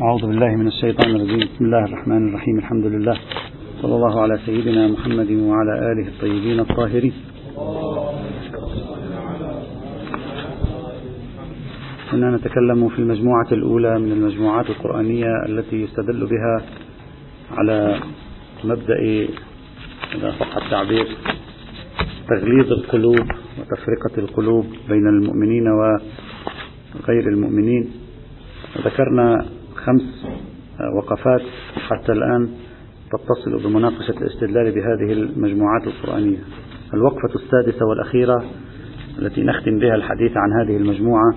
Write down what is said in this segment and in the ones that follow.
أعوذ بالله من الشيطان الرجيم. بسم الله الرحمن الرحيم. الحمد لله، صلى الله على سيدنا محمد وعلى آله الطيبين الطاهرين. كنا نتكلم في المجموعة الأولى من المجموعات القرآنية التي يستدل بها على مبدأ، إذا صح التعبير، تغليظ القلوب وتفرقة القلوب بين المؤمنين وغير المؤمنين. ذكرنا 5 وقفات حتى الآن تتصل بمناقشة الاستدلال بهذه المجموعات القرآنية. الوقفة السادسة والأخيرة التي نختم بها الحديث عن هذه المجموعة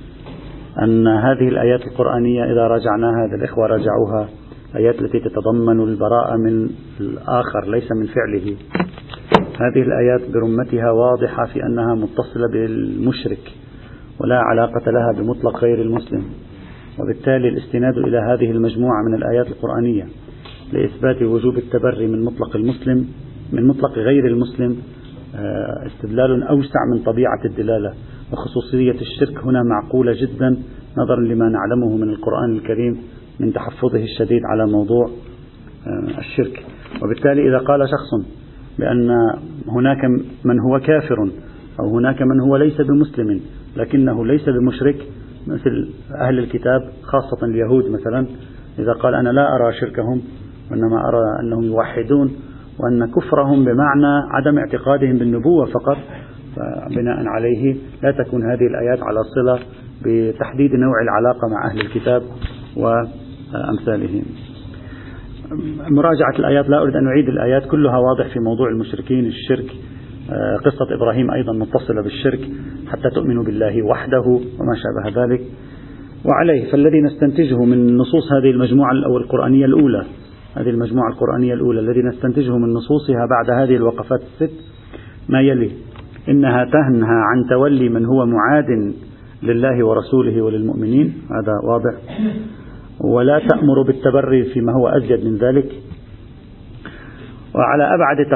أن هذه الآيات القرآنية إذا راجعناها، هذا الإخوة راجعوها، آيات التي تتضمن البراءة من الآخر ليس من فعله. هذه الآيات برمتها واضحة في أنها متصلة بالمشرك ولا علاقة لها بمطلق غير المسلم، وبالتالي الاستناد إلى هذه المجموعة من الآيات القرآنية لإثبات وجوب التبري من مطلق المسلم من مطلق غير المسلم استدلال أوسع من طبيعة الدلالة، وخصوصية الشرك هنا معقولة جدا نظرا لما نعلمه من القرآن الكريم من تحفظه الشديد على موضوع الشرك. وبالتالي إذا قال شخص بأن هناك من هو كافر أو هناك من هو ليس بمسلم لكنه ليس بمشرك، مثل أهل الكتاب خاصة اليهود مثلا، إذا قال أنا لا أرى شركهم وإنما أرى أنهم يوحدون وأن كفرهم بمعنى عدم اعتقادهم بالنبوة فقط، فبناء عليه لا تكون هذه الآيات على صلة بتحديد نوع العلاقة مع أهل الكتاب وأمثالهم. مراجعة الآيات، لا أريد أن أعيد الآيات، كلها واضح في موضوع المشركين، الشرك، قصة إبراهيم أيضا متصلة بالشرك حتى تؤمنوا بالله وحده وما شابه ذلك. وعليه فالذي نستنتجه من نصوص هذه المجموعة القرآنية الأولى، هذه المجموعة القرآنية الأولى الذي نستنتجه من نصوصها بعد هذه الوقفات ال6 ما يلي: إنها تنهى عن تولي من هو معاد لله ورسوله وللمؤمنين، هذا واضح، ولا تأمر بالتبري فيما هو أزيد من ذلك. وعلى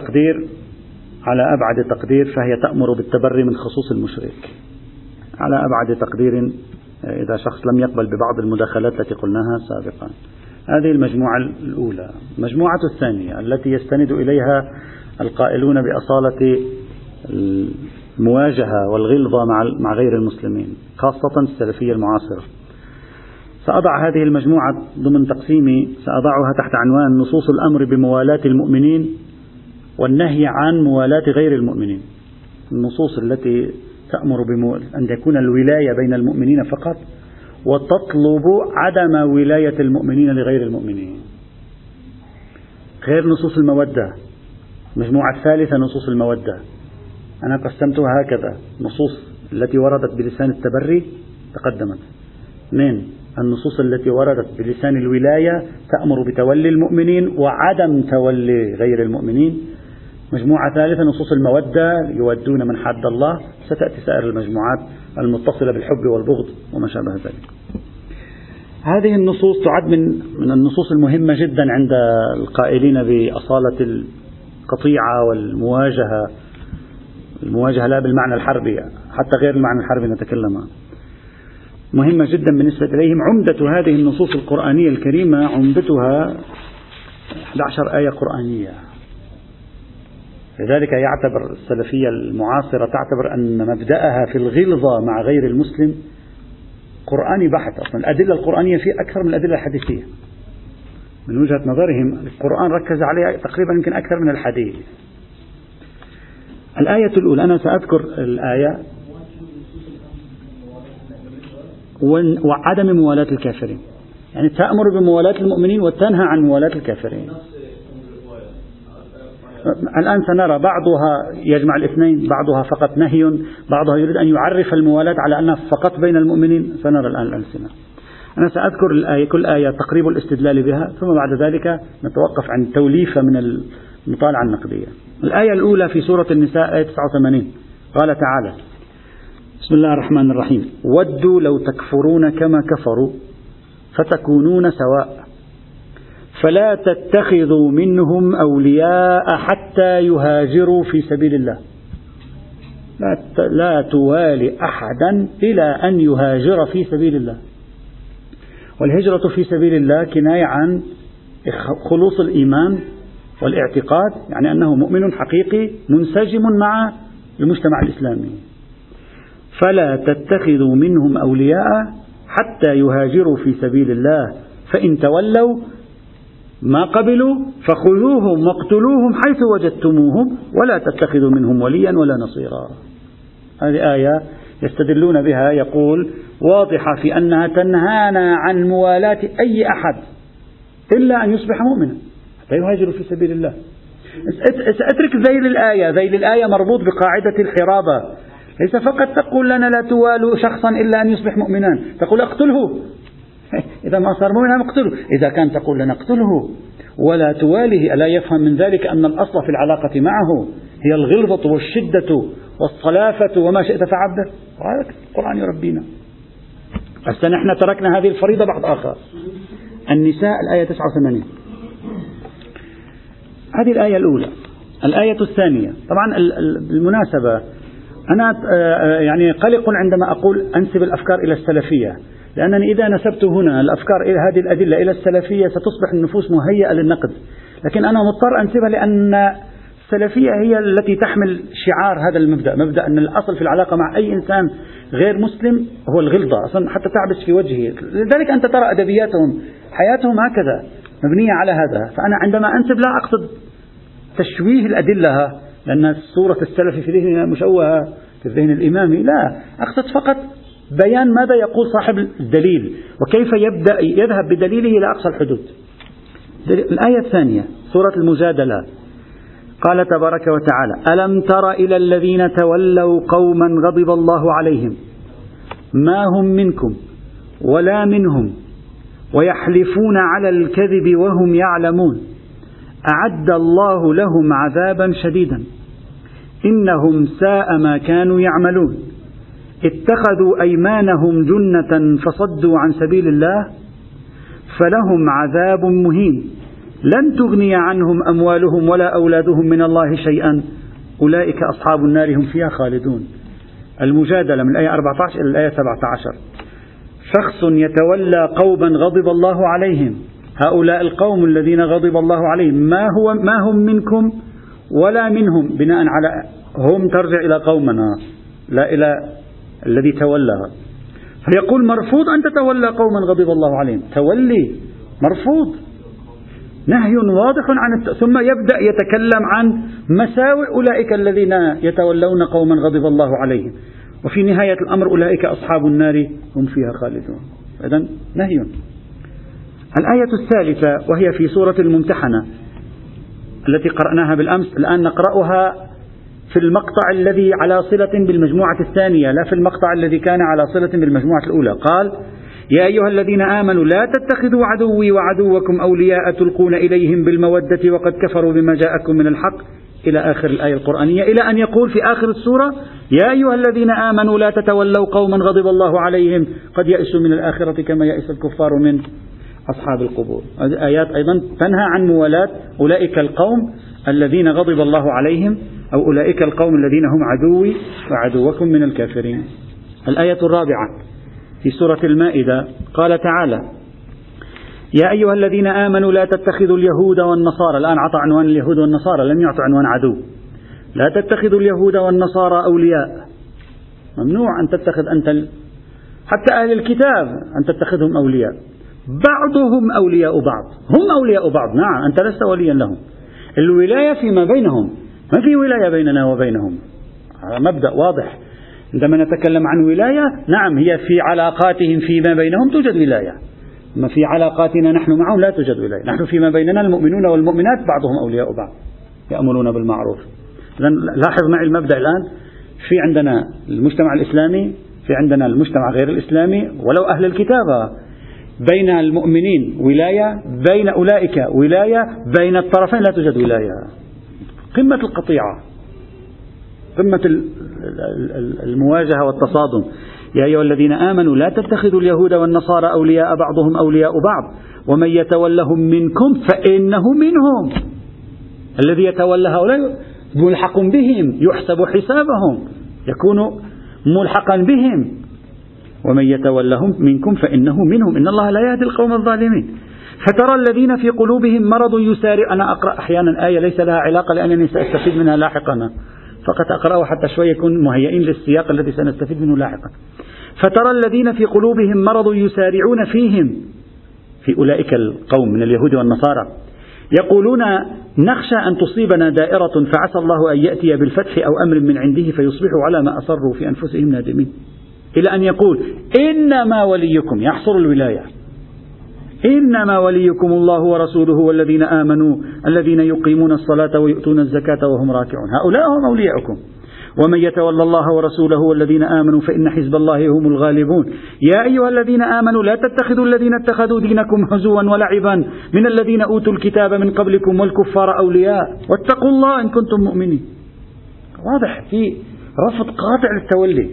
أبعد تقدير فهي تأمر بالتبري من خصوص المشرك، على أبعد تقدير إذا شخص لم يقبل ببعض المداخلات التي قلناها سابقا. هذه المجموعة الأولى. المجموعة الثانية التي يستند إليها القائلون بأصالة المواجهة والغلظة مع غير المسلمين، خاصة السلفية المعاصرة. سأضع هذه المجموعة ضمن تقسيمي، سأضعها تحت عنوان نصوص الأمر بموالاة المؤمنين والنهي عن موالاة غير المؤمنين. النصوص التي تأمر أن تكون الولاية بين المؤمنين فقط وتطلب عدم ولاية المؤمنين لغير المؤمنين، غير نصوص المودة. المجموعة الثالثة نصوص المودة، أنا قسمتها هكذا: نصوص التي وردت بلسان التبري تقدمت، 2 النصوص التي وردت بلسان الولاية تأمر بتولي المؤمنين وعدم تولي غير المؤمنين، مجموعة ثالثة نصوص المودة يودون من حد الله. ستأتي سائر المجموعات المتصلة بالحب والبغض وما شابه ذلك. هذه النصوص تعد من النصوص المهمة جدا عند القائلين بأصالة القطيعة والمواجهة، المواجهة لا بالمعنى الحربي، حتى غير المعنى الحربي نتكلم عنه، مهمة جدا بالنسبة إليهم. عمدة هذه النصوص القرآنية الكريمة عمدتها 11 آية قرآنية. لذلك يعتبر السلفية المعاصرة تعتبر أن مبدأها في الغلظة مع غير المسلم قرآني بحت. أصلا الأدلة القرآنية فيه أكثر من الأدلة الحديثية من وجهة نظرهم. القرآن ركز عليها تقريبا يمكن أكثر من الحديث. الآية الأولى، أنا سأذكر الآية: وعدم موالاة الكافرين، يعني تأمر بموالاة المؤمنين وتنهى عن موالاة الكافرين. الآن سنرى بعضها يجمع الاثنين، بعضها فقط نهي، بعضها يريد أن يعرف الموالاة على أنها فقط بين المؤمنين. سنرى الآن الأمثلة. أنا سأذكر الآية، كل آية تقريب الاستدلال بها، ثم بعد ذلك نتوقف عن توليفة من المطالعة النقدية. الآية الأولى في سورة النساء آية 89 قال تعالى: بسم الله الرحمن الرحيم: ودوا لو تكفرون كما كفروا فتكونون سواء فلا تتخذوا منهم أولياء حتى يهاجروا في سبيل الله. لا توالي أحدا إلى أن يهاجر في سبيل الله. والهجرة في سبيل الله كناية عن خلوص الإيمان والاعتقاد، يعني أنه مؤمن حقيقي منسجم مع المجتمع الإسلامي. فلا تتخذوا منهم أولياء حتى يهاجروا في سبيل الله فإن تولوا ما قبلوا فخذوهم واقتلوهم حيث وجدتموهم ولا تتخذوا منهم وليا ولا نصيرا. هذه آية يستدلون بها، يقول واضحة في أنها تنهانا عن موالاة أي أحد إلا أن يصبح مؤمنا حتى يهاجر في سبيل الله. اترك ذيل الآية، ذيل الآية مربوط بقاعدة الحرابة، ليس فقط تقول لنا لا توالوا شخصا إلا أن يصبح مؤمنا، تقول اقتله، إذا ما صار مؤمنا اقتله. إذا كان تقول لنا اقتله ولا تواليه، ألا يفهم من ذلك أن الأصل في العلاقة معه هي الغلظة والشدة والصلافة وما شئت فعبده؟ وهذا القرآن يربينا. هسه نحن تركنا هذه الفريضة بعد آخر. النساء الآية 89، هذه الآية الأولى. الآية الثانية، طبعا بالمناسبة أنا يعني قلق عندما أقول أنسب الأفكار إلى السلفية، لأنني إذا نسبت هنا الأفكار إلى هذه الأدلة إلى السلفية ستصبح النفوس مهيئة للنقد، لكن أنا مضطر أنسبها لأن السلفية هي التي تحمل شعار هذا المبدأ، مبدأ أن الأصل في العلاقة مع أي إنسان غير مسلم هو الغلظة، أصلا حتى تعبس في وجهه. لذلك أنت ترى أدبياتهم حياتهم هكذا مبنية على هذا. فأنا عندما أنسب لا أقصد تشويه الأدلة، لأن صورة السلف في ذهننا مشوهة في الذهن الإمامي، لا، أقصد فقط بيان ماذا يقول صاحب الدليل وكيف يبدأ يذهب بدليله إلى أقصى الحدود. الآية الثانية سورة المجادلة، قال تبارك وتعالى: ألم تر إلى الذين تولوا قوما غضب الله عليهم ما هم منكم ولا منهم ويحلفون على الكذب وهم يعلمون أعد الله لهم عذابا شديدا إنهم ساء ما كانوا يعملون اتخذوا أيمانهم جنة فصدوا عن سبيل الله فلهم عذاب مهين لن تغني عنهم أموالهم ولا أولادهم من الله شيئا أولئك أصحاب النار هم فيها خالدون. المجادلة من الآية 14 إلى الآية 17. شخص يتولى قوما غضب الله عليهم، هؤلاء القوم الذين غضب الله عليهم ما هم منكم ولا منهم، بناء على هم ترجع إلى قومنا لا إلى الذي تولاها. فيقول مرفوض أن تتولى قوما غضب الله عليهم، تولي مرفوض، نهي واضح عن ثم يبدأ يتكلم عن مساوئ أولئك الذين يتولون قوما غضب الله عليهم، وفي نهاية الأمر أولئك أصحاب النار هم فيها خالدون. إذن نهي. الآية الثالثة وهي في سورة الممتحنة التي قرأناها بالأمس، الآن نقرأها في المقطع الذي على صلة بالمجموعة الثانية لا في المقطع الذي كان على صلة بالمجموعة الأولى. قال: يا أيها الذين آمنوا لا تتخذوا عدوي وعدوكم أولياء تلقون إليهم بالمودة وقد كفروا بما جاءكم من الحق إلى آخر الآية القرآنية، إلى أن يقول في آخر السورة: يا أيها الذين آمنوا لا تتولوا قوما غضب الله عليهم قد يئسوا من الآخرة كما يئس الكفار من أصحاب القبور. هذه آيات أيضا تنهى عن موالاة أولئك القوم الذين غضب الله عليهم، أو أولئك القوم الذين هم عدوي وعدوكم من الكافرين. الآية الرابعة في سورة المائدة قال تعالى: يا أيها الذين آمنوا لا تتخذوا اليهود والنصارى. الآن عطى عنوان اليهود والنصارى، لم يعطى عنوان عدو. لا تتخذوا اليهود والنصارى أولياء، ممنوع أن تتخذ أنت حتى أهل الكتاب أن تتخذهم أولياء، بعضهم أولياء بعض، هم أولياء بعض، نعم أنت لست وليا لهم، الولاية فيما بينهم، ما في ولاية بيننا وبينهم، هذا مبدأ واضح. عندما نتكلم عن ولاية، نعم هي في علاقاتهم فيما بينهم توجد ولاية، أما في علاقاتنا نحن معهم لا توجد ولاية. نحن فيما بيننا المؤمنون والمؤمنات بعضهم أولياء بعض يأمرون بالمعروف. لاحظ معي المبدأ الآن، في عندنا المجتمع الإسلامي، في عندنا المجتمع غير الإسلامي، ولو أهل الكتاب، بين المؤمنين ولاية، بين أولئك ولاية، بين الطرفين لا توجد ولاية. قمة القطيعة، قمة المواجهة والتصادم. يا أيها الذين آمنوا لا تتخذوا اليهود والنصارى أولياء بعضهم أولياء بعض ومن يتولهم منكم فإنه منهم. الذي يتولى هؤلاء ملحق بهم، يحسب حسابهم، يكون ملحقا بهم. ومن يتولهم منكم فإنه منهم إن الله لا يهدي القوم الظالمين. فترى الذين في قلوبهم مرض يسارع. أنا أقرأ أحيانا آية ليس لها علاقة لأنني سأستفيد منها لاحقا، فقط أقرأه حتى شوية يكون مهيئين للسياق الذي سنستفيد منه لاحقا. فترى الذين في قلوبهم مرض يسارعون فيهم، في أولئك القوم من اليهود والنصارى، يقولون نخشى أن تصيبنا دائرة فعسى الله أن يأتي بالفتح أو أمر من عنده فيصبحوا على ما أصروا في أنفسهم نادمين، إلى أن يقول إنما وليكم، يحصر الولاية، إنما وليكم الله ورسوله والذين آمنوا الذين يقيمون الصلاة ويؤتون الزكاة وهم راكعون، هؤلاء هم أولياؤكم، ومن يتولى الله ورسوله والذين آمنوا فإن حزب الله هم الغالبون. يا أيها الذين آمنوا لا تتخذوا الذين اتخذوا دينكم هزوا ولعبا من الذين أوتوا الكتاب من قبلكم والكفار أولياء واتقوا الله إن كنتم مؤمنين. واضح في رفض قاطع للتولي.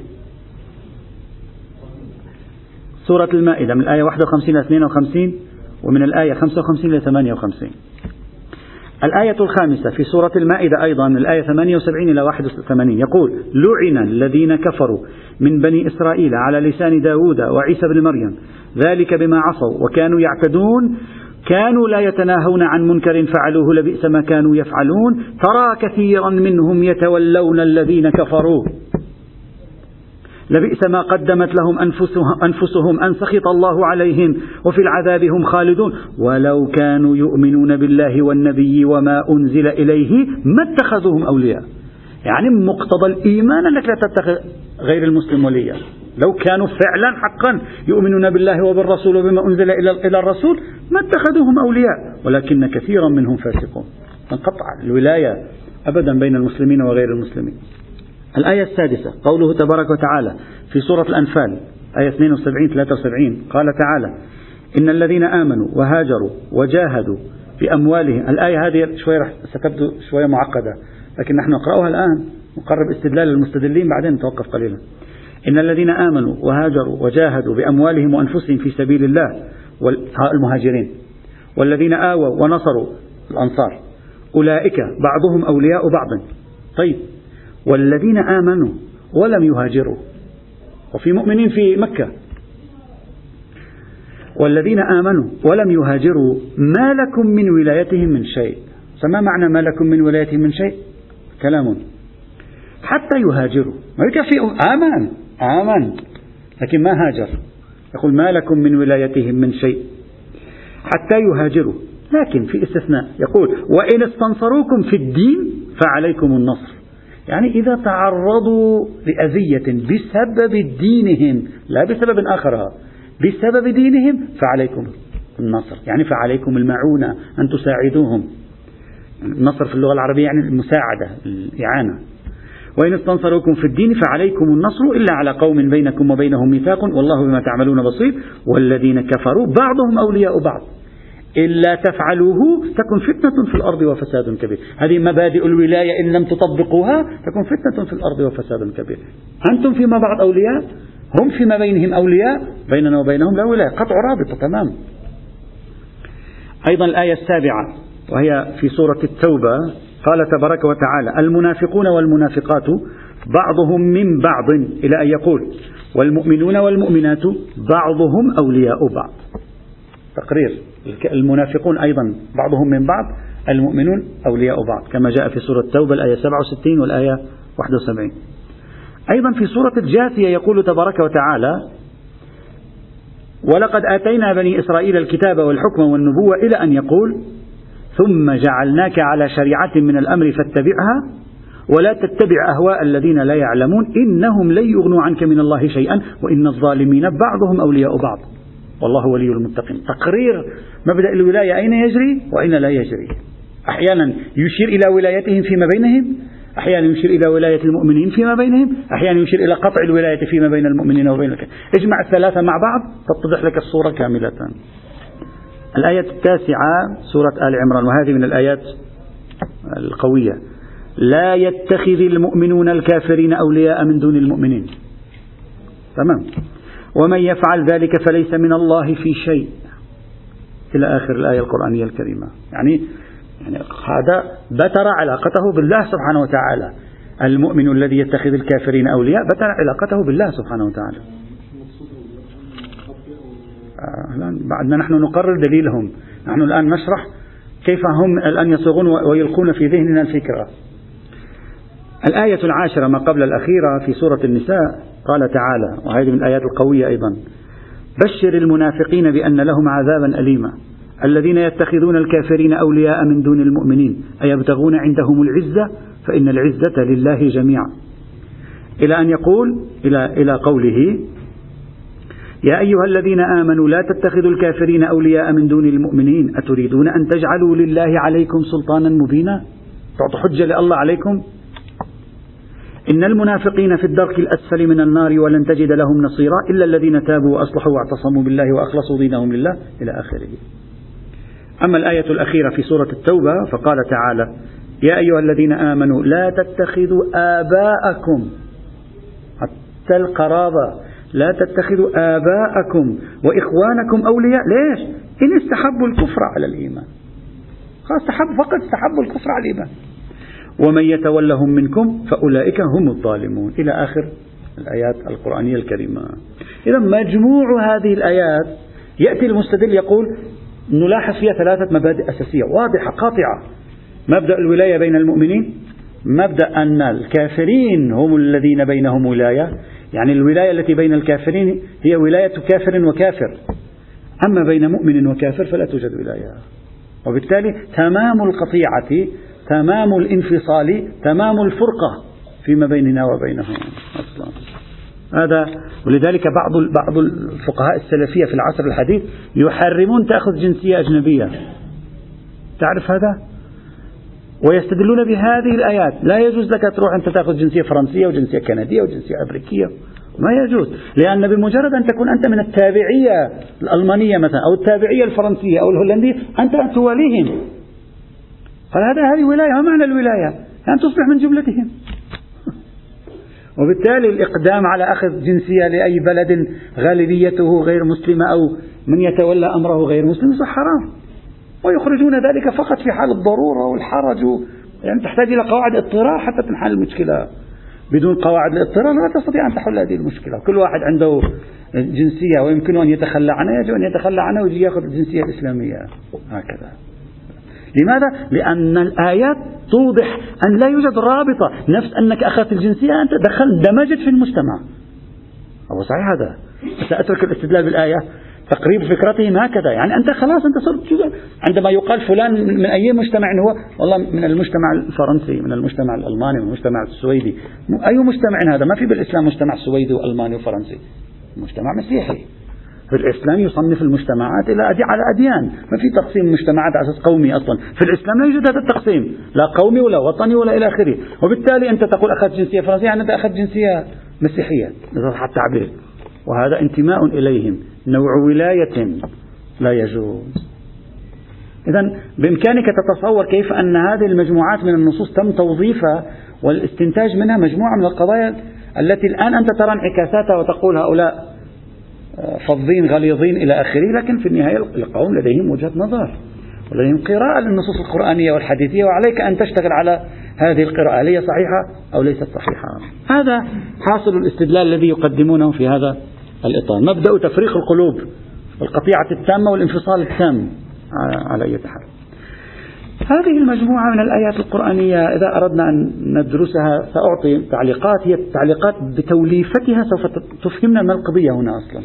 سورة المائدة من الآية 51 إلى 52 ومن الآية 55 إلى 58. الآية الخامسة في سورة المائدة أيضا من الآية 78 إلى 81 يقول لعن الذين كفروا من بني إسرائيل على لسان داود وعيسى بن مريم ذلك بما عصوا وكانوا يعتدون كانوا لا يتناهون عن منكر فعلوه لبئس ما كانوا يفعلون ترى كثيرا منهم يتولون الذين كفروا لبئس ما قدمت لهم أنفسهم أن سخط الله عليهم وفي العذاب هم خالدون ولو كانوا يؤمنون بالله والنبي وما أنزل إليه ما اتخذوهم أولياء. يعني مقتضى الإيمان أنك لا تتخذ غير المسلم وليا. لو كانوا فعلا حقا يؤمنون بالله وبالرسول وبما أنزل إلى الرسول ما اتخذوهم أولياء ولكن كثيرا منهم فاسقون. تنقطع الولاية أبدا بين المسلمين وغير المسلمين. الآية السادسة قوله تبارك وتعالى في سورة الأنفال آية 72-73 قال تعالى إن الذين آمنوا وهاجروا وجاهدوا بأموالهم. الآية هذه ستبدو شوية معقدة لكن نحن نقرأها الآن نقرب استدلال المستدلين بعدين نتوقف قليلا. إن الذين آمنوا وهاجروا وجاهدوا بأموالهم وأنفسهم في سبيل الله المهاجرين والذين آووا ونصروا الأنصار أولئك بعضهم أولياء بعض. طيب والذين آمنوا ولم يهاجروا وفي مؤمنين في مكة والذين آمنوا ولم يهاجروا ما لكم من ولايتهم من شيء. فما معنى ما لكم من ولايتهم من شيء؟ كلام حتى يهاجروا ما يكفي آمن لكن ما هاجر يقول ما لكم من ولايتهم من شيء حتى يهاجروا لكن في استثناء يقول وإن استنصروكم في الدين فعليكم النصر. يعني إذا تعرضوا لأذية بسبب دينهم لا بسبب آخر بسبب دينهم فعليكم النصر يعني فعليكم المعونة أن تساعدوهم. النصر في اللغة العربية يعني المساعدة الإعانة. وإن استنصروكم في الدين فعليكم النصر إلا على قوم بينكم وبينهم ميثاق والله بما تعملون بصير والذين كفروا بعضهم أولياء بعض إلا تفعلوه تكن فتنة في الأرض وفساد كبير. هذه مبادئ الولاية إن لم تطبقوها تكن فتنة في الأرض وفساد كبير. أنتم فيما بعض أولياء هم فيما بينهم أولياء بيننا وبينهم لا ولاية قطع رابطة تمام. أيضا الآية السابعة وهي في سورة التوبة قال تبارك وتعالى المنافقون والمنافقات بعضهم من بعض إلى أن يقول والمؤمنون والمؤمنات بعضهم أولياء بعض. تقرير المنافقون أيضا بعضهم من بعض المؤمنون أولياء بعض كما جاء في سورة التوبة الآية 67 والآية 71. أيضا في سورة الجاثية يقول تبارك وتعالى ولقد آتينا بني إسرائيل الكتاب والحكم والنبوة إلى أن يقول ثم جعلناك على شريعة من الأمر فاتبعها ولا تتبع أهواء الذين لا يعلمون إنهم لن يغنوا عنك من الله شيئا وإن الظالمين بعضهم أولياء بعض والله ولي المتقين. تقرير مبدأ الولاية أين يجري وأين لا يجري. أحيانا يشير إلى ولايتهم فيما بينهم أحيانا يشير إلى ولاية المؤمنين فيما بينهم أحيانا يشير إلى قطع الولاية فيما بين المؤمنين وبين الكافرين. اجمع الثلاثة مع بعض تتضح لك الصورة كاملة. الآية التاسعة سورة آل عمران وهذه من الآيات القوية لا يتخذ المؤمنون الكافرين أولياء من دون المؤمنين. تمام. ومن يفعل ذلك فليس من الله في شيء إلى آخر الآية القرآنية الكريمة. يعني هذا بتر علاقته بالله سبحانه وتعالى. المؤمن الذي يتخذ الكافرين أولياء بتر علاقته بالله سبحانه وتعالى. بعدنا نحن نقرر دليلهم، نحن الآن نشرح كيف هم الآن يصيغون ويلقون في ذهننا الفكرة. الآية 10 ما قبل الأخيرة في سورة النساء قال تعالى، وهذه من الآيات القوية أيضا: بشر المنافقين بأن لهم عذابا أليما الذين يتخذون الكافرين أولياء من دون المؤمنين أيبتغون عندهم العزة فإن العزة لله جميعا، إلى أن يقول إلى قوله: يا أيها الذين آمنوا لا تتخذوا الكافرين أولياء من دون المؤمنين أتريدون أن تجعلوا لله عليكم سلطانا مبينا، تعطوا حجة لله عليكم. إن المنافقين في الدرك الأسفل من النار ولن تجد لهم نصيرا إلا الذين تابوا وأصلحوا واعتصموا بالله وأخلصوا دينهم لله، إلى آخره. أما الآية الأخيرة في سورة التوبة فقال تعالى: يا أيها الذين آمنوا لا تتخذوا آباءكم، حتى القرابة، لا تتخذوا آباءكم وإخوانكم أولياء. ليش؟ إن استحبوا الكفر على الإيمان، خلاص فقط استحبوا الكفر على الإيمان. ومن يتولهم منكم فأولئك هم الظالمون، إلى آخر الآيات القرآنية الكريمة. إذا مجموع هذه الآيات يأتي المستدل يقول نلاحظ فيها 3 مبادئ أساسية واضحة قاطعة: مبدأ الولاية بين المؤمنين، مبدأ أن الكافرين هم الذين بينهم ولاية، يعني الولاية التي بين الكافرين هي ولاية كافر وكافر، أما بين مؤمن وكافر فلا توجد ولاية. وبالتالي تمام القطيعة، تمام الانفصال، تمام الفرقة فيما بيننا وبينهم أصلا. هذا ولذلك بعض الفقهاء السلفية في العصر الحديث يحرمون تأخذ جنسية أجنبية، تعرف هذا؟ ويستدلون بهذه الآيات: لا يجوز لك تروح أنت تأخذ جنسية فرنسية وجنسية كندية وجنسية أمريكية، ما يجوز، لأن بمجرد أن تكون أنت من التابعية الألمانية مثلا أو التابعية الفرنسية أو الهولندية أنت تواليهم، هذه ولاية. ما معنى الولاية؟ أن تصبح من جملتهم. وبالتالي الإقدام على أخذ جنسية لأي بلد غالبيته غير مسلمة أو من يتولى أمره غير مسلم حرام، ويخرجون ذلك فقط في حال الضرورة والحرج، يعني تحتاج إلى قواعد اضطرار حتى تنحل المشكلة. بدون قواعد الاضطرار لا تستطيع أن تحل هذه المشكلة. كل واحد عنده جنسية ويمكن أن يتخلى عنها، يجب أن يتخلى عنها ويجي يأخذ الجنسية الإسلامية هكذا. لماذا؟ لأن الآيات توضح أن لا يوجد رابطة، نفس أنك أخذت الجنسية أنت دمجت في المجتمع. هو صحيح هذا، سأترك الاستدلال بالآية، تقريب فكرتهم هكذا، يعني أنت خلاص أنت صرت عندما يقال فلان من أي مجتمع هو، والله من المجتمع الفرنسي، من المجتمع الألماني، من المجتمع السويدي. أي مجتمع هذا؟ ما في بالإسلام مجتمع سويدي وألماني وفرنسي، مجتمع مسيحي. في الإسلام يصنف المجتمعات على أديان، ما في تقسيم مجتمعات على أساس قومي أصلا. في الإسلام لا يوجد هذا التقسيم، لا قومي ولا وطني ولا إلى آخره. وبالتالي أنت تقول أخذت جنسية فرنسية يعني أنت أخذت جنسية مسيحية، إذا صح التعبير، وهذا انتماء إليهم، نوع ولاية لا يجوز. إذن بإمكانك تتصور كيف أن هذه المجموعات من النصوص تم توظيفها والاستنتاج منها مجموعة من القضايا التي الآن أنت ترى انعكاساتها وتقول هؤلاء فظين غليظين إلى آخره، لكن في النهاية القوم لديهم وجهة نظر ولديهم قراءة للنصوص القرآنية والحديثية، وعليك أن تشتغل على هذه القراءة، هل هي صحيحة أو ليست صحيحة. هذا حاصل الاستدلال الذي يقدمونه في هذا الإطار، مبدأ تفريق القلوب والقطيعة التامة والانفصال التام على أي حال. هذه المجموعة من الآيات القرآنية إذا أردنا أن ندرسها سأعطي تعليقات، هي التعليقات بتوليفتها سوف تفهمنا ما القضية هنا أصلا.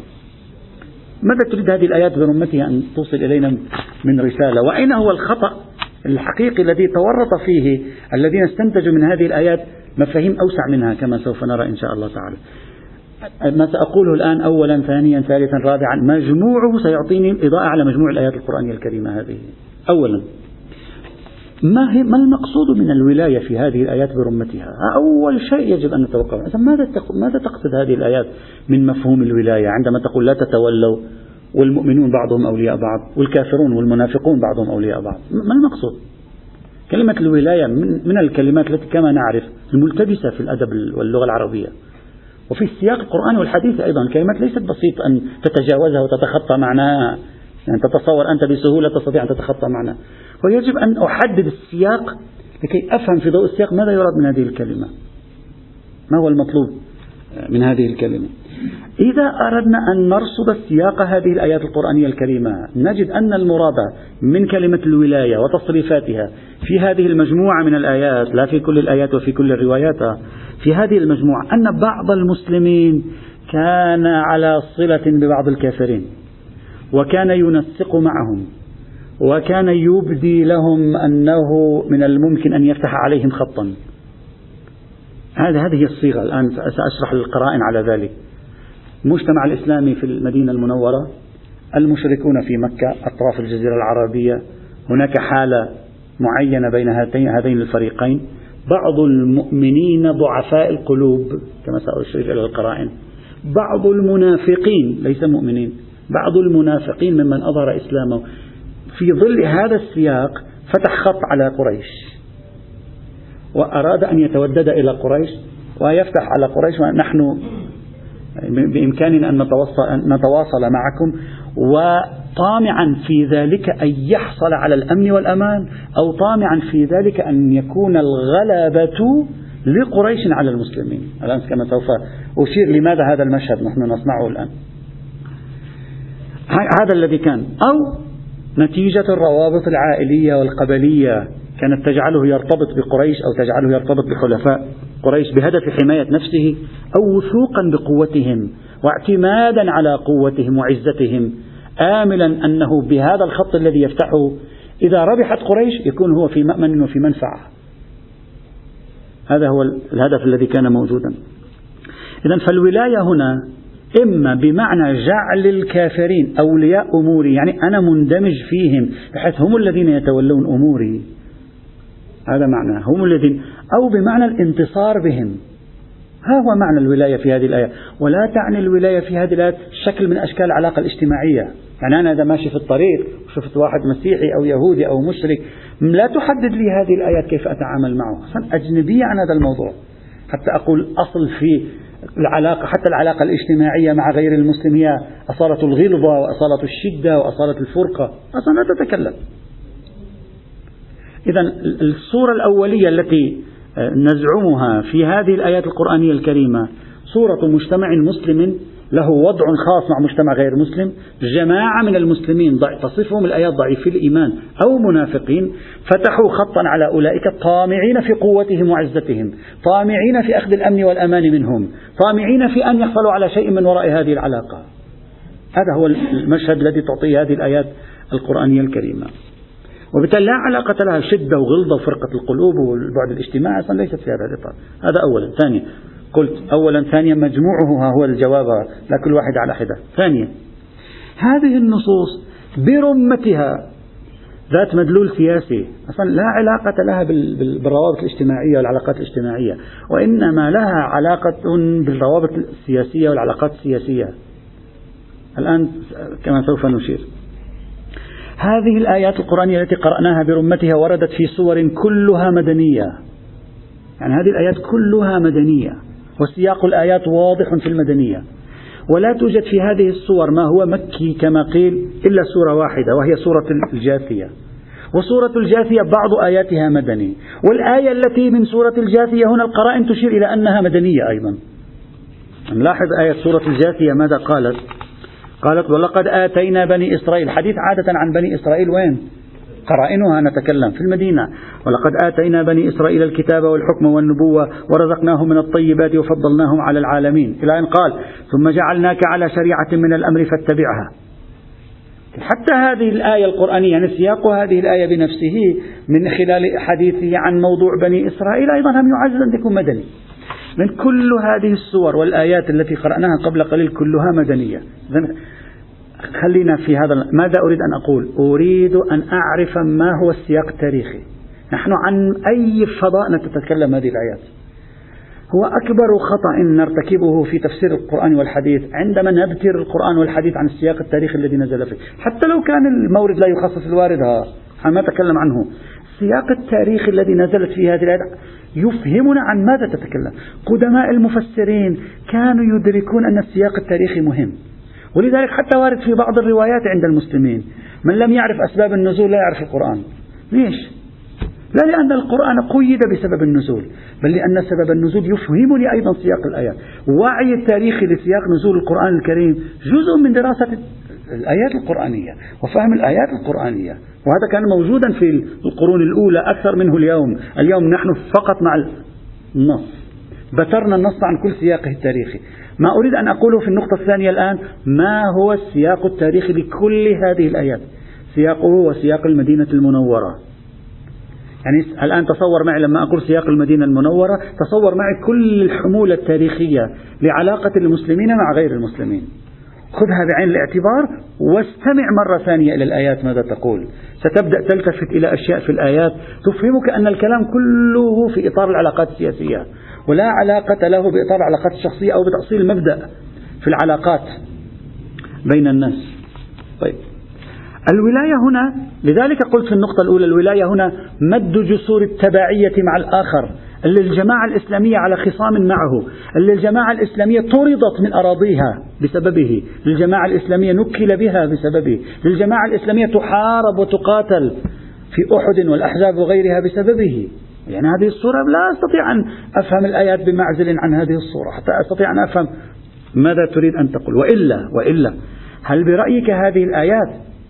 ماذا تريد هذه الآيات برمتها أن توصل إلينا من رسالة؟ وأين هو الخطأ الحقيقي الذي تورط فيه الذين استنتجوا من هذه الآيات مفاهيم أوسع منها كما سوف نرى إن شاء الله تعالى. ما سأقوله الآن أولا ثانيا ثالثا رابعا مجموعه سيعطيني إضاءة على مجموع الآيات القرآنية الكريمة هذه. أولا، ما المقصود من الولاية في هذه الآيات برمتها؟ أول شيء يجب أن نتوقف، ماذا تقصد هذه الآيات من مفهوم الولاية عندما تقول لا تتولوا والمؤمنون بعضهم أولياء بعض والكافرون والمنافقون بعضهم أولياء بعض؟ ما المقصود؟ كلمة الولاية من الكلمات التي كما نعرف الملتبسة في الأدب واللغة العربية، وفي السياق القرآني والحديث أيضا كلمات ليست بسيط أن تتجاوزها وتتخطى معناها، يعني تتصور أنت بسهولة تستطيع أن تتخطى معناها، ويجب أن أحدد السياق لكي أفهم في ضوء السياق ماذا يراد من هذه الكلمة، ما هو المطلوب من هذه الكلمة. إذا أردنا أن نرصد سياق هذه الآيات القرآنية الكريمة نجد أن المراد من كلمة الولاية وتصريفاتها في هذه المجموعة من الآيات، لا في كل الآيات وفي كل الروايات، في هذه المجموعة أن بعض المسلمين كان على صلة ببعض الكافرين، وكان ينسق معهم، وكان يبدي لهم أنه من الممكن أن يفتح عليهم خطا. هذه الصيغة. الآن سأشرح القرائن على ذلك. المجتمع الإسلامي في المدينة المنورة، المشركون في مكة، أطراف الجزيرة العربية، هناك حالة معينة بين هذين الفريقين، بعض المؤمنين ضعفاء القلوب كما سأشير إلى القرائن، بعض المنافقين ليس مؤمنين، بعض المنافقين ممن أظهر إسلامه، في ظل هذا السياق فتح خط على قريش وأراد أن يتودد إلى قريش ويفتح على قريش، ونحن بإمكاننا أن نتواصل معكم، وطامعا في ذلك أن يحصل على الأمن والأمان، أو طامعا في ذلك أن يكون الغلبة لقريش على المسلمين. الآن كما سوف أشير لماذا هذا المشهد نحن نسمعه الآن. هذا الذي كان، أو نتيجة الروابط العائلية والقبلية كانت تجعله يرتبط بقريش، أو تجعله يرتبط بخلفاء قريش بهدف حماية نفسه، أو وثوقا بقوتهم واعتمادا على قوتهم وعزتهم، آملا أنه بهذا الخط الذي يفتحه إذا ربحت قريش يكون هو في مأمن وفي منفعة. هذا هو الهدف الذي كان موجودا. إذن فالولاية هنا إما بمعنى جعل الكافرين أولياء أموري، يعني أنا مندمج فيهم بحيث هم الذين يتولون أموري، هذا معنى هم الذين، أو بمعنى الانتصار بهم. ها هو معنى الولاية في هذه الآية. ولا تعني الولاية في هذه الآية شكل من أشكال العلاقة الاجتماعية، يعني أنا إذا ماشي في الطريق وشفت واحد مسيحي أو يهودي أو مشرك لا تحدد لي هذه الآيات كيف أتعامل معه، أجنبية عن هذا الموضوع حتى أقول أصل في العلاقة، حتى العلاقة الاجتماعية مع غير المسلم هي أصالة الغلظة وأصالة الشدة وأصالة الفرقة، أصلا لا تتكلم. إذن الصورة الأولية التي نزعمها في هذه الآيات القرآنية الكريمة صورة مجتمع مسلم له وضع خاص مع مجتمع غير مسلم، جماعة من المسلمين تصفهم الآيات ضعيفي الإيمان أو منافقين، فتحوا خطا على أولئك طامعين في قوتهم وعزتهم، طامعين في أخذ الأمن والأمان منهم، طامعين في أن يحصلوا على شيء من وراء هذه العلاقة. هذا هو المشهد الذي تعطيه هذه الآيات القرآنية الكريمة، وبالتالي لا علاقة لها شدة وغلظة وفرقة القلوب والبعد الاجتماعي، أصلا ليست في هذا الإطار. هذا أولا. ثانيا قلت أولا، ثانيا مجموعها هو الجواب، لا كل واحد على حدة. ثانيا هذه النصوص برمتها ذات مدلول سياسي، أصلا لا علاقة لها بالروابط الاجتماعية والعلاقات الاجتماعية، وإنما لها علاقة بالروابط السياسية والعلاقات السياسية. الآن كما سوف نشير، هذه الآيات القرآنية التي قرأناها برمتها وردت في صور كلها مدنية، يعني هذه الآيات كلها مدنية، وسياق الآيات واضح في المدنية، ولا توجد في هذه الصور ما هو مكي كما قيل إلا سورة واحدة وهي سورة الجاثية، وسورة الجاثية بعض آياتها مدني، والآية التي من سورة الجاثية هنا القرائن تشير إلى أنها مدنية أيضا. نلاحظ آية سورة الجاثية ماذا قالت؟ قالت ولقد آتينا بني إسرائيل، حديث عادة عن بني إسرائيل وين؟ قرائنها نتكلم في المدينة. ولقد آتينا بني إسرائيل الكتاب والحكم والنبوة ورزقناهم من الطيبات وفضلناهم على العالمين، إلى أن قال ثم جعلناك على شريعة من الأمر فاتبعها. حتى هذه الآية القرآنية، يعني سياق هذه الآية بنفسه من خلال حديثه عن موضوع بني إسرائيل أيضا هم يعزز أن تكون مدني. من كل هذه السور والآيات التي قرأناها قبل قليل كلها مدنية. خلينا في هذا. ماذا أريد أن أقول؟ أريد أن أعرف ما هو السياق التاريخي. نحن عن أي فضاء نتكلم هذه الآيات؟ هو أكبر خطأ نرتكبه في تفسير القرآن والحديث عندما نبتر القرآن والحديث عن السياق التاريخي الذي نزل فيه، حتى لو كان المورد لا يخصص الوارد، ما أتكلم عنه. السياق التاريخي الذي نزلت فيه هذه الآيات يفهمنا عن ماذا تتكلم. قدماء المفسرين كانوا يدركون أن السياق التاريخي مهم، ولذلك حتى وارد في بعض الروايات عند المسلمين من لم يعرف أسباب النزول لا يعرف القرآن. ليش؟ لا لأن القرآن قيد بسبب النزول، بل لأن سبب النزول يفهمني أيضا سياق الآيات. وعي التاريخي لسياق نزول القرآن الكريم جزء من دراسة الآيات القرآنية وفهم الآيات القرآنية، وهذا كان موجودا في القرون الأولى أكثر منه اليوم. اليوم نحن فقط مع النص، بترنا النص عن كل سياقه التاريخي. ما أريد أن أقوله في النقطة الثانية الآن، ما هو السياق التاريخي لكل هذه الآيات؟ سياقه هو سياق المدينة المنورة. يعني الآن تصور معي لما أقول سياق المدينة المنورة، تصور معي كل الحمولة التاريخية لعلاقة المسلمين مع غير المسلمين. خذها بعين الاعتبار واستمع مرة ثانية إلى الآيات ماذا تقول. ستبدأ تلتفت إلى أشياء في الآيات تفهمك أن الكلام كله في إطار العلاقات السياسية، ولا علاقة له بإطار العلاقات الشخصية أو بتأصيل المبدأ في العلاقات بين الناس. طيب، الولاية هنا، لذلك قلت في النقطة الأولى الولاية هنا مد جسور التبعية مع الآخر، اللي الجماعة الإسلامية على خصام معه، اللي الجماعة الإسلامية طردت من أراضيها بسببه، للجماعة الإسلامية نكل بها بسببه، للجماعة الإسلامية تحارب وتقاتل في أحد والأحزاب وغيرها بسببه. يعني هذه الصورة لا أستطيع أن أفهم الآيات بمعزل عن هذه الصورة حتى أستطيع أن أفهم ماذا تريد أن تقول. وإلا هل برأيك هذه الآيات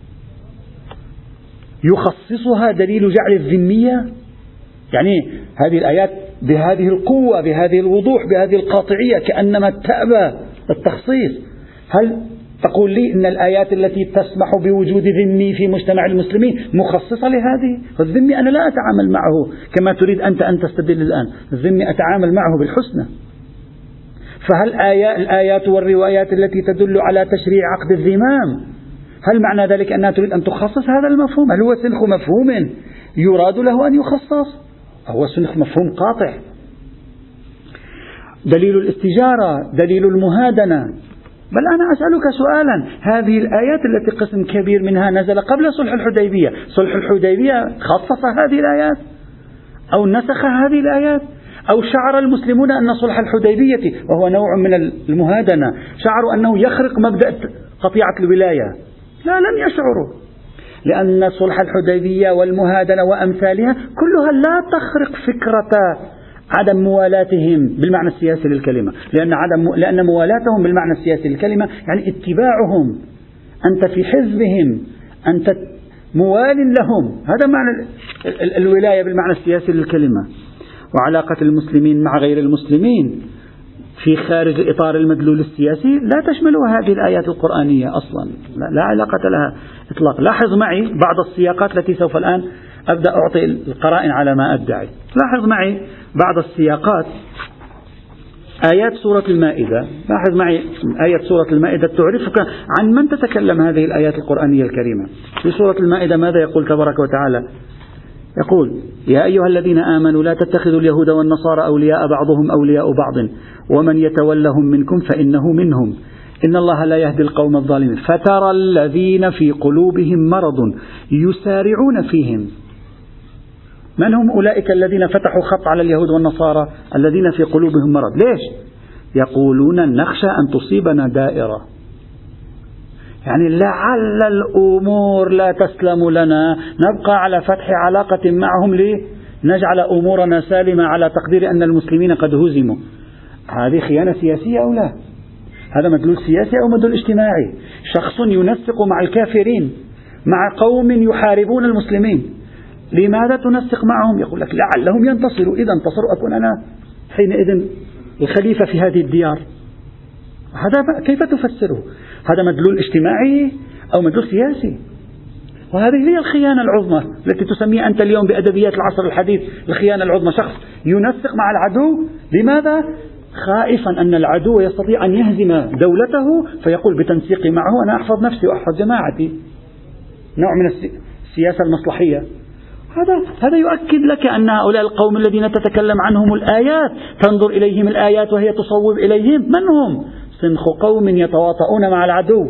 يخصصها دليل جعل الذمية؟ يعني هذه الآيات بهذه القوة، بهذه الوضوح، بهذه القاطعية، كأنما تأبى التخصيص. هل تقول لي إن الآيات التي تسمح بوجود ذمي في مجتمع المسلمين مخصصة لهذه؟ الذمي أنا لا أتعامل معه كما تريد أنت أن تستدل الآن، الذمي أتعامل معه بالحسنى. فهل الآيات والروايات التي تدل على تشريع عقد الذمام، هل معنى ذلك أنها تريد أن تخصص هذا المفهوم؟ هل هو سنخ مفهوم يراد له أن يخصص؟ هو سنخ مفهوم قاطع. دليل الاستجارة، دليل المهادنة. بل أنا أسألك سؤالا، هذه الآيات التي قسم كبير منها نزل قبل صلح الحديبية، صلح الحديبية خصص هذه الآيات أو نسخ هذه الآيات؟ أو شعر المسلمون أن صلح الحديبية وهو نوع من المهادنة شعروا أنه يخرق مبدأ قطيعة الولاية؟ لا، لم يشعروا، لأن صلح الحديبية والمهادنة وأمثالها كلها لا تخرق فكرة عدم موالاتهم بالمعنى السياسي للكلمة، لأن موالاتهم بالمعنى السياسي للكلمة يعني اتباعهم، أنت في حزبهم، أنت موال لهم، هذا معنى الولاية بالمعنى السياسي للكلمة. وعلاقة المسلمين مع غير المسلمين في خارج إطار المدلول السياسي لا تشملها هذه الآيات القرآنية أصلا، لا علاقة لها إطلاق. لاحظ معي بعض السياقات التي سوف الآن أبدأ أعطي القرائن على ما أدعي. لاحظ معي بعض السياقات. آيات سورة المائدة، لاحظ معي آية سورة المائدة تعرفك عن من تتكلم هذه الآيات القرآنية الكريمة. في سورة المائدة ماذا يقول تبارك وتعالى؟ يقول: يا أيها الذين آمنوا لا تتخذوا اليهود والنصارى أولياء بعضهم أولياء بعض ومن يتولهم منكم فإنه منهم إن الله لا يهدي القوم الظالمين فترى الذين في قلوبهم مرض يسارعون فيهم. من هم أولئك الذين فتحوا خط على اليهود والنصارى الذين في قلوبهم مرض؟ ليش؟ يقولون نخشى أن تصيبنا دائرة، يعني لعل الأمور لا تسلم لنا، نبقى على فتح علاقة معهم لنجعل أمورنا سالمة على تقدير أن المسلمين قد هزموا. هذه خيانة سياسية أو لا؟ هذا مدلول سياسي أو مدلول اجتماعي؟ شخص ينسق مع الكافرين، مع قوم يحاربون المسلمين، لماذا تنسق معهم؟ يقول لك لعلهم ينتصروا، إذا انتصروا أكون أنا حينئذ الخليفة في هذه الديار. هذا كيف تفسره؟ هذا مدلول اجتماعي أو مدلول سياسي؟ وهذه هي الخيانة العظمى التي تسميها أنت اليوم بأدبيات العصر الحديث الخيانة العظمى. شخص ينسق مع العدو، لماذا؟ خائفا أن العدو يستطيع أن يهزم دولته فيقول بتنسيقي معه أنا أحفظ نفسي وأحفظ جماعتي، نوع من السياسة المصلحية. هذا يؤكد لك أن هؤلاء القوم الذين تتكلم عنهم الآيات تنظر إليهم الآيات وهي تصوب إليهم، من هم؟ سنخ قوم يتواطؤون مع العدو،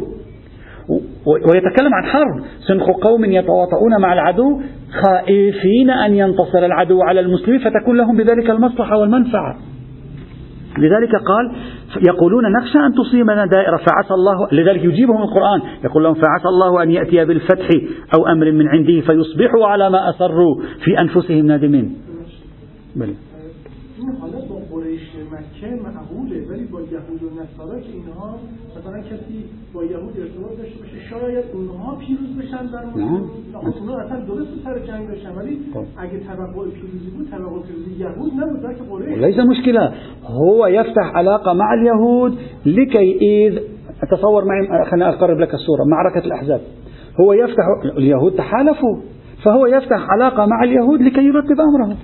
ويتكلم عن حرب. سنخ قوم يتواطؤون مع العدو خائفين أن ينتصر العدو على المسلمين فتكون لهم بذلك المصلحة والمنفعة. لذلك قال يقولون نخشى أن تصيبنا دائرة فعسى الله، لذلك يجيبهم القرآن يقول لهم فعسى الله أن يأتي بالفتح أو أمر من عنده فيصبحوا على ما أسروا في أنفسهم نادمين. بله. مکه معقوله، ولی با یهود و نصارا که اینها مثلا کسی با یهود ارتباط داشته باشه شاید اونها پیروز بشن در مورد اونها اصلا درست سر جنگ داشتن، ولی اگه توقع پیروزی بود توقع پیروزی یهود نبود بلکه قریش. ليس مشكلة، هو يفتح علاقة مع اليهود لكي تصور معي، خليني أقرب لك الصورة. معركة الأحزاب هو يفتح، اليهود تحالفوا فهو يفتح علاقة مع اليهود لكي يرتب أمره.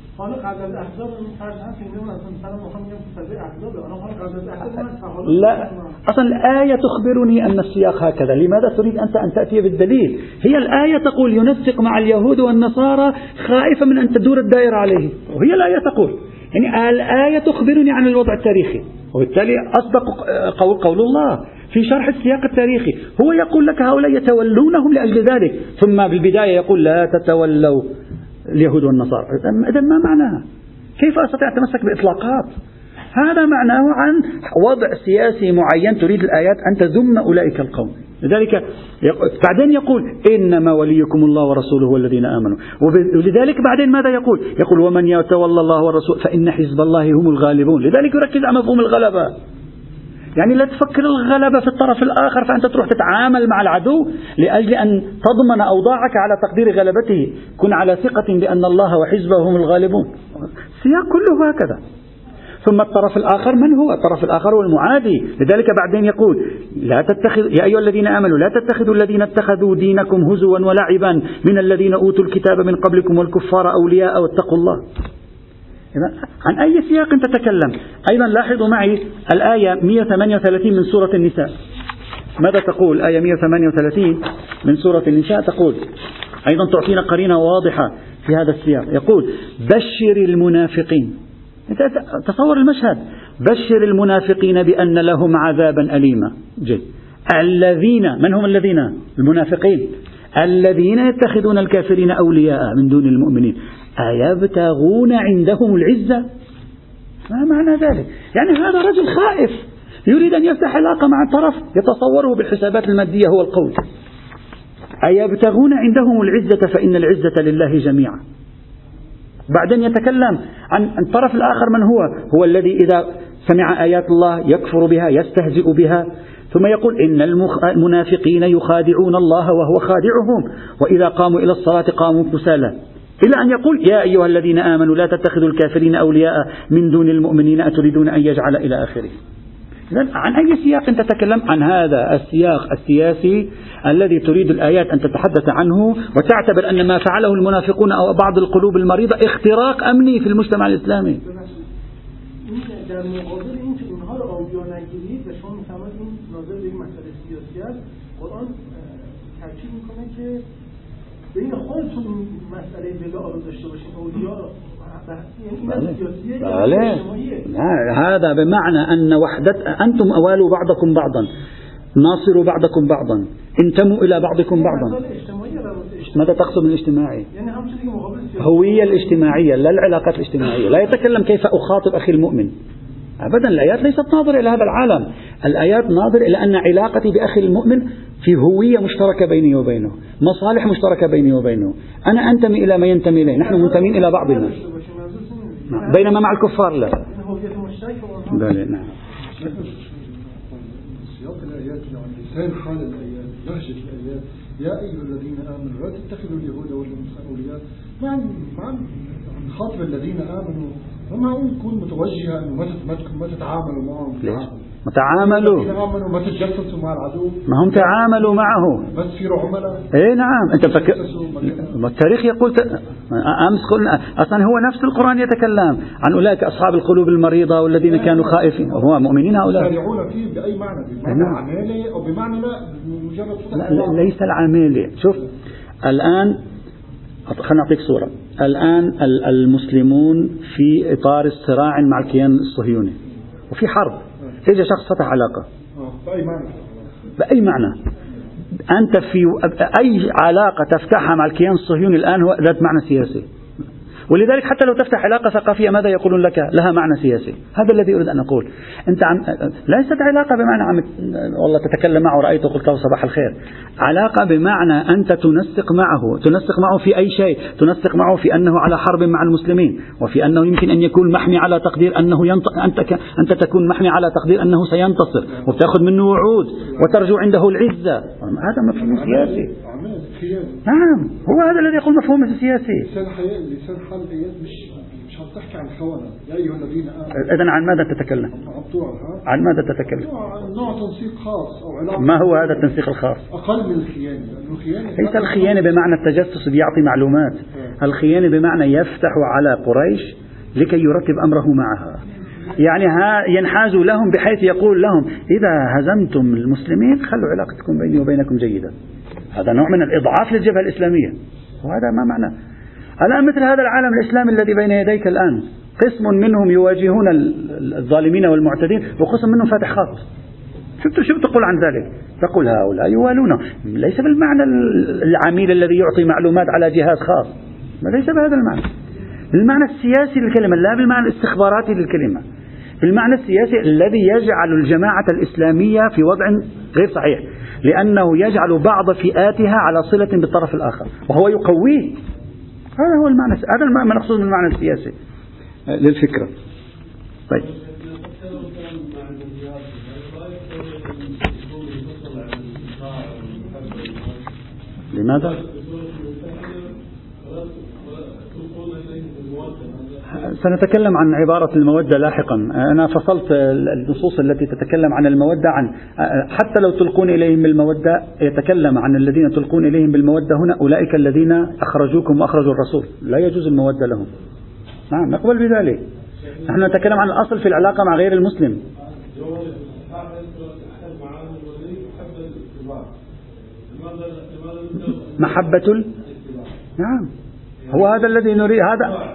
لا، أصلا الآية تخبرني أن السياق هكذا. لماذا تريد أنت أن تأتي بالدليل؟ هي الآية تقول ينسق مع اليهود والنصارى خائفة من أن تدور الدائرة عليه، وهي الآية تقول، يعني الآية تخبرني عن الوضع التاريخي، وبالتالي أصدق قول الله في شرح السياق التاريخي. هو يقول لك هؤلاء يتولونهم لأجل ذلك، ثم بالبداية يقول لا تتولوا اليهود والنصارى. إذن ما معناها؟ كيف أستطيع التمسك بإطلاقات؟ هذا معناه عن وضع سياسي معين تريد الآيات أن تذم أولئك القوم. لذلك بعدين يقول إنما وليكم الله ورسوله والذين آمنوا. ولذلك بعدين ماذا يقول؟ يقول ومن يتولى الله والرسول فإن حزب الله هم الغالبون. لذلك يركز على مفهوم الغلبة، يعني لا تفكر الغلبة في الطرف الآخر فأنت تروح تتعامل مع العدو لأجل أن تضمن أوضاعك على تقدير غلبته. كن على ثقة بأن الله وحزبه هم الغالبون. السياق كله هكذا. ثم الطرف الآخر من هو؟ الطرف الآخر هو المعادي. لذلك بعدين يقول لا تتخذ يا أيها الذين آمنوا لا تتخذوا الذين اتخذوا دينكم هزوا ولعبا من الذين أوتوا الكتاب من قبلكم والكفار أولياء واتقوا الله. عن أي سياق تتكلم؟ أيضا لاحظوا معي الآية 138 من سورة النساء. ماذا تقول الآية 138 من سورة النساء؟ تقول أيضا تعطينا قرينة واضحة في هذا السياق. يقول بشر المنافقين. تصور المشهد، بشر المنافقين بأن لهم عذابا أليما. الذين، من هم الذين؟ المنافقين الذين يتخذون الكافرين أولياء من دون المؤمنين أيبتغون عندهم العزة. ما معنى ذلك؟ يعني هذا رجل خائف يريد أن يفتح علاقة مع طرف يتصوره بالحسابات المادية هو القول. أيبتغون عندهم العزة فإن العزة لله جميعا. بعدين يتكلم عن الطرف الآخر من هو؟ هو الذي إذا سمع آيات الله يكفر بها يستهزئ بها. ثم يقول إن المنافقين يخادعون الله وهو خادعهم وإذا قاموا إلى الصلاة قاموا كسالى، إلى أن يقول يا أيها الذين آمنوا لا تتخذوا الكافرين أولياء من دون المؤمنين أتريدون أن يجعل إلى آخره. عن أي سياق تتكلم؟ عن هذا السياق السياسي الذي تريد الآيات أن تتحدث عنه وتعتبر أن ما فعله المنافقون أو بعض القلوب المريضة اختراق أمني في المجتمع الإسلامي. بین خودتون مسئله ولای رو داشته باشین اولیا. بله. هذا بمعنى أن أنتم أوالوا بعضكم بعضا ناصروا بعضكم بعضا انتموا إلى بعضكم بعضا. ماذا تقصد بالاجتماعي؟ هوية الاجتماعية لا العلاقات الاجتماعية. لا يتكلم كيف أخاطب أخي المؤمن أبدا. الآيات ليست ناظرة إلى هذا العالم. الآيات ناظرة إلى أن علاقتي بأخي المؤمن في هوية مشتركة بيني وبينه، مصالح مشتركة بيني وبينه. أنا أنتمي إلى ما ينتمي إليه، نحن منتمين إلى بعضنا، بينما مع الكفار لا. نعم. سياق الآيات يعني لسان حال الآيات، لهجة الآيات، يا أيها الذين آمنوا لا تتخذوا اليهود والنصارى أولياء. مع خاطب الذين آمنوا وما يكون متوجها أنه ما تتعاملوا معهم. ليش؟ تعاملوا ما تتجسسوا مع العدو. ما هم تعاملوا معه بس يصيروا عملاء. ايه نعم. انت فكر التاريخ يقول امس قلنا اصلا هو نفس القرآن يتكلم عن اولئك اصحاب القلوب المريضة والذين كانوا خائفين وهو مؤمنين هؤلاء. يسارعون فيه بأي معنى؟ بمعنى عمالي او بمعنى لا مجرد لا ليس العمالي. شوف الآن خلنا نعطيك صورة. الآن المسلمون في إطار الصراع مع الكيان الصهيوني وفي حرب. إجا شخص فتح علاقة بأي معنى أنت في أي علاقة تفتحها مع الكيان الصهيوني الآن هو ذات معنى سياسي. ولذلك حتى لو تفتح علاقة ثقافية ماذا يقولون لك؟ لها معنى سياسي. هذا الذي أريد أن أقول. أنت ليست علاقة بمعنى والله تتكلم معه رأيته قلت له صباح الخير. علاقة بمعنى أنت تنسق معه في أي شيء، تنسق معه في أنه على حرب مع المسلمين، وفي أنه يمكن أن يكون محمي على تقدير أنه أنت تكون محمي على تقدير أنه سينتصر، وتأخذ منه وعود وترجو عنده العزة. هذا مفهوم سياسي. نعم، هو هذا الذي يقول مفهوم السياسي. لسان حال الآيات مش هتحكي عن الخونة يا أيها الذين آمنوا. إذن عن ماذا تتكلم؟ عن ماذا تتكلم؟ نوع تنسيق خاص أو علاقة. ما هو هذا التنسيق الخاص؟ أقل من الخيانة. ليس الخيانة بمعنى التجسس بيعطي معلومات. الخيانة بمعنى يفتح على قريش لكي يرتب أمره معها. يعني ينحاز لهم بحيث يقول لهم إذا هزمتم المسلمين خلوا علاقتكم بيني وبينكم جيدة. هذا نوع من الإضعاف للجبهة الإسلامية، وهذا ما معنى. الآن مثل هذا العالم الإسلامي الذي بين يديك الآن، قسم منهم يواجهون الظالمين والمعتدين، وقسم منهم فاتح خط. شو تقول عن ذلك؟ تقول هؤلاء يوالونه، ليس بالمعنى العميل الذي يعطي معلومات على جهاز خاص، ليس بهذا المعنى. بالمعنى السياسي للكلمة، لا بالمعنى الاستخباراتي للكلمة. بالمعنى السياسي الذي يجعل الجماعة الإسلامية في وضع غير صحيح، لأنه يجعل بعض فئاتها على صلة بالطرف الآخر وهو يقويه. هذا هو المعنى، هذا ما نقصد من المعنى السياسي للفكرة. طيب، لماذا؟ سنتكلم عن عبارة المودة لاحقا. أنا فصلت النصوص التي تتكلم عن المودة عن حتى لو تلقون إليهم بالمودة، يتكلم عن الذين تلقون إليهم بالمودة هنا أولئك الذين أخرجوكم وأخرجوا الرسول، لا يجوز المودة لهم. نعم، نقبل بذلك. نحن نتكلم عن الأصل في العلاقة مع غير المسلم. محبة نعم، هو هذا الذي نريد. هذا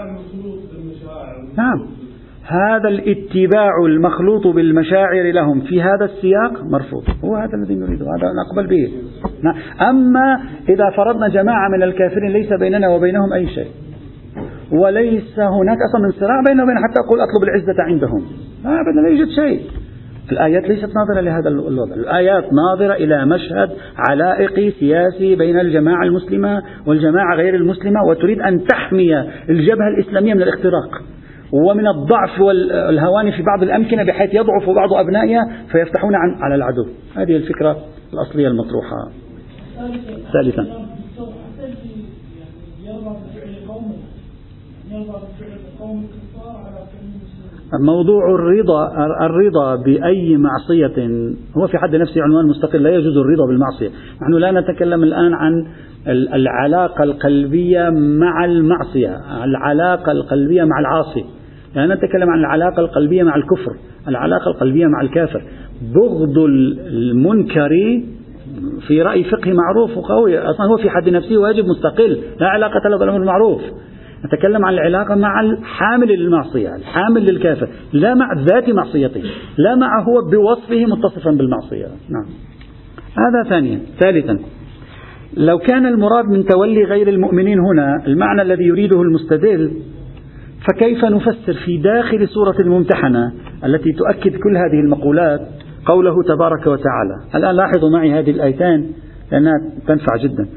نعم، هذا الاتباع المخلوط بالمشاعر لهم في هذا السياق مرفوض، هو هذا الذي نريده، هذا نقبل به. أما إذا فرضنا جماعة من الكافرين ليس بيننا وبينهم أي شيء، وليس هناك أصلا من صراع بيننا وبين حتى أقول أطلب العزة عندهم، أبدا لا يوجد شيء. الآيات ليست ناظرة لهذا الوضع، الآيات ناظرة إلى مشهد علائقي سياسي بين الجماعة المسلمة والجماعة غير المسلمة، وتريد أن تحمي الجبهة الإسلامية من الاختراق ومن الضعف والهوان في بعض الأمكنة بحيث يضعف بعض أبنائها فيفتحون على العدو. هذه الفكرة الأصلية المطروحة. ثالثا، موضوع الرضا بأي معصية هو في حد نفسه عنوان مستقل، لا يجوز الرضا بالمعصية. نحن لا نتكلم الآن عن العلاقة القلبية مع المعصية، العلاقة القلبية مع العاصي، لا نتكلم عن العلاقة القلبية مع الكفر، العلاقة القلبية مع الكافر. بغض المنكر في رأي فقهي معروف وقوي، أصلا هو في حد نفسه واجب مستقل، لا علاقة له بالأمر المعروف. نتكلم عن العلاقة مع الحامل للمعصية، الحامل للكافر، لا مع ذات معصيته، لا مع هو بوصفه متصفا بالمعصية. نعم، هذا ثانيا. ثالثا، لو كان المراد من تولي غير المؤمنين هنا المعنى الذي يريده المستدل، فكيف نفسر في داخل سورة الممتحنة التي تؤكد كل هذه المقولات قوله تبارك وتعالى؟ الآن لاحظوا معي هذه الآيتان لأنها تنفع جدا.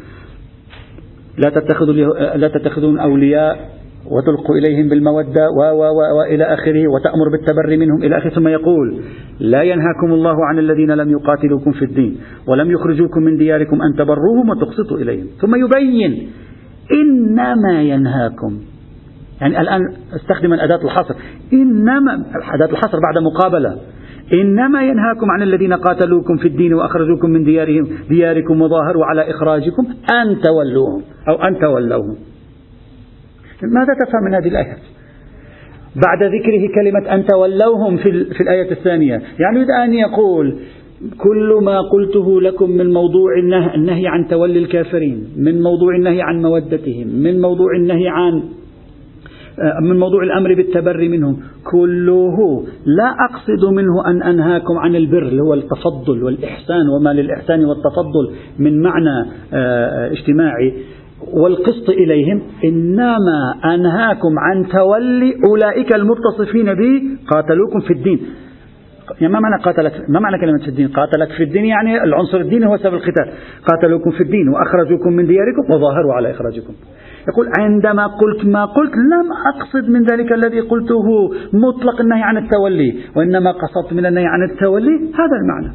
لا تتخذون أولياء وتلقوا إليهم بالمودة وإلى آخره، وتأمر بالتبري منهم إلى آخره. ثم يقول: لا ينهاكم الله عن الذين لم يقاتلوكم في الدين ولم يخرجوكم من دياركم أن تبروهم وتقسطوا إليهم. ثم يبين: إنما ينهاكم، يعني الآن استخدم أداة الحصر، إنما أداة الحصر بعد مقابلة، إنما ينهاكم عن الذين قاتلوكم في الدين وأخرجوكم من دياركم وظاهروا على إخراجكم أن تولوهم أو أن تولوهم. ماذا تفهم من هذه الآية؟ بعد ذكره كلمة أن تولوهم في الآية الثانية، يعني يريد أن يقول كل ما قلته لكم من موضوع النهي عن تولي الكافرين، من موضوع النهي عن مودتهم، من موضوع النهي عن من موضوع الأمر بالتبري منهم، كله لا أقصد منه أن أنهاكم عن البر اللي هو التفضل والإحسان، وما للإحسان والتفضل من معنى اجتماعي، والقسط إليهم إنما أنهاكم عن تولي أولئك المتصفين به قاتلوكم في الدين. يعني ما معنى كلمة في الدين؟ قاتلك في الدين يعني العنصر الديني هو سبب القتال. قاتلوكم في الدين وأخرجوكم من دياركم وظاهروا على إخراجكم. يقول عندما قلت ما قلت لم أقصد من ذلك الذي قلته مطلق النهي عن التولي، وإنما قصدت من النهي عن التولي هذا المعنى.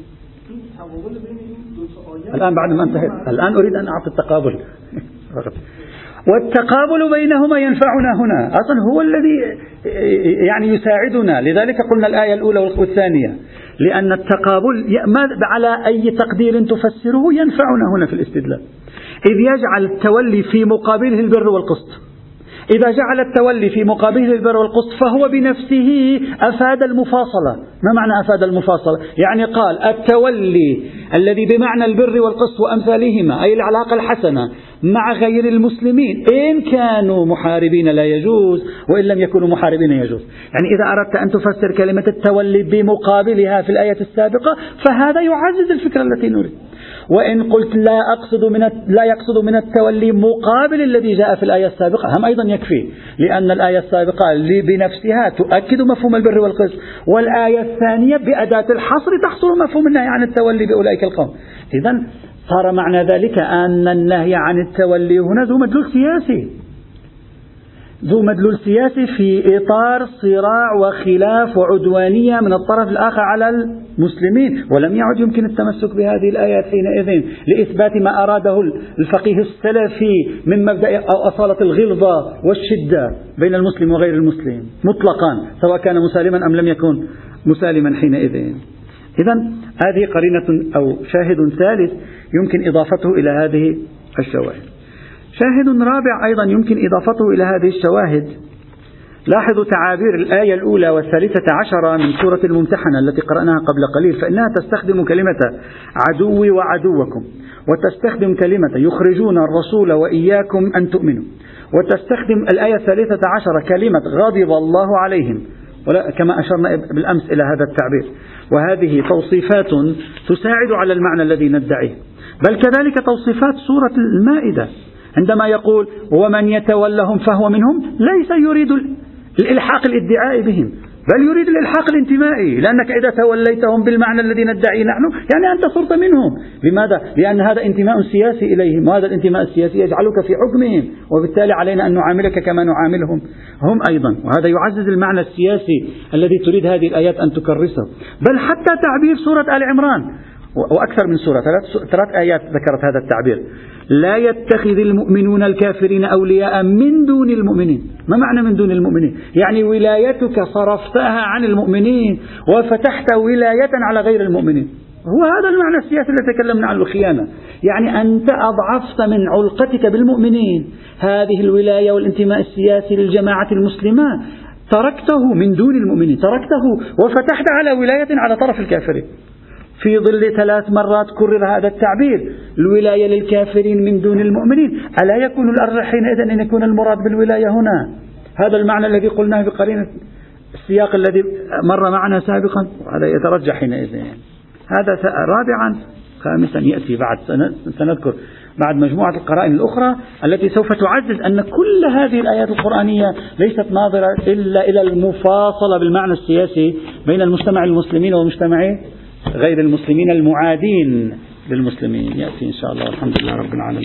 الآن بعد ما انتهيت الآن أريد أن أعطي التقابل والتقابل بينهما ينفعنا هنا أصلا، هو الذي يعني يساعدنا. لذلك قلنا الآية الأولى والثانية، لأن التقابل على أي تقدير تفسره ينفعنا هنا في الاستدلال، إذ يجعل التولي في مقابله البر والقسط. إذا جعل التولي في مقابله البر والقسط فهو بنفسه أفاد المفاصلة. ما معنى أفاد المفاصلة؟ يعني قال التولي الذي بمعنى البر والقسط وأمثالهما، أي العلاقة الحسنة مع غير المسلمين إن كانوا محاربين لا يجوز، وإن لم يكونوا محاربين يجوز. يعني إذا أردت أن تفسر كلمة التولي بمقابلها في الآية السابقة فهذا يعزز الفكرة التي نريد. وإن قلت لا يقصد من التولي مقابل الذي جاء في الآية السابقة هم أيضا يكفي، لأن الآية السابقة بنفسها تؤكد مفهوم البر والقسط، والآية الثانية بأداة الحصر تحصر مفهوم النهي عن التولي بأولئك القوم. إذن صار معنى ذلك أن النهي عن التولي هنا ذو مدلول سياسي في إطار صراع وخلاف وعدوانية من الطرف الآخر على المسلمين، ولم يعد يمكن التمسك بهذه الآيات حينئذ لإثبات ما أراده الفقيه السلفي من مبدأ أو أصالة الغلظة والشدة بين المسلم وغير المسلم مطلقا، سواء كان مسالما أم لم يكن مسالما حينئذ. إذن هذه قرينة أو شاهد ثالث يمكن إضافته إلى هذه الشواهد. شاهد رابع أيضا يمكن إضافته إلى هذه الشواهد. لاحظوا تعابير الآية الأولى والثالثة عشرة من سورة الممتحنة التي قرأناها قبل قليل، فإنها تستخدم كلمة عدوي وعدوكم، وتستخدم كلمة يخرجون الرسول وإياكم أن تؤمنوا، وتستخدم الآية الثالثة عشرة كلمة غضب الله عليهم، كما أشرنا بالأمس إلى هذا التعبير. وهذه توصيفات تساعد على المعنى الذي ندعيه، بل كذلك توصيفات سورة المائدة عندما يقول ومن يتولهم فهو منهم، ليس يريد الإلحاق الادعاء بهم، بل يريد الإلحاق الانتمائي، لأنك إذا توليتهم بالمعنى الذي ندعيه نحن يعني أنت صرت منهم. لماذا؟ لأن هذا انتماء سياسي إليهم، وهذا الانتماء السياسي يجعلك في حكمهم، وبالتالي علينا أن نعاملك كما نعاملهم هم أيضا، وهذا يعزز المعنى السياسي الذي تريد هذه الآيات أن تكرسه. بل حتى تعبير سورة آل عمران وأكثر من سورة، ثلاث آيات ذكرت هذا التعبير: لا يتخذ المؤمنون الكافرين أولياء من دون المؤمنين. ما معنى من دون المؤمنين؟ يعني ولايتك صرفتها عن المؤمنين وفتحت ولاية على غير المؤمنين. هو هذا المعنى السياسي الذي تكلمنا عنه، الخيانة. يعني أنت أضعفت من علقتك بالمؤمنين هذه الولاية والانتماء السياسي للجماعة المسلمة، تركته من دون المؤمنين، تركته وفتحت على ولاية على طرف الكافرين. في ظل 3 مرات كرر هذا التعبير: الولاية للكافرين من دون المؤمنين. ألا يكون الأرجح حينئذ أن يكون المراد بالولاية هنا هذا المعنى الذي قلناه بقرينة السياق الذي مر معنا سابقا؟ وهذا يترجح حينئذ. هذا رابعا. خامسا يأتي بعد، سنذكر بعد مجموعة القرائن الأخرى التي سوف تعزز أن كل هذه الآيات القرآنية ليست ناظرة إلا إلى المفاصلة بالمعنى السياسي بين المجتمع المسلمين ومجتمع غير المسلمين المعادين للمسلمين. يأتي إن شاء الله، والحمد لله رب العالمين.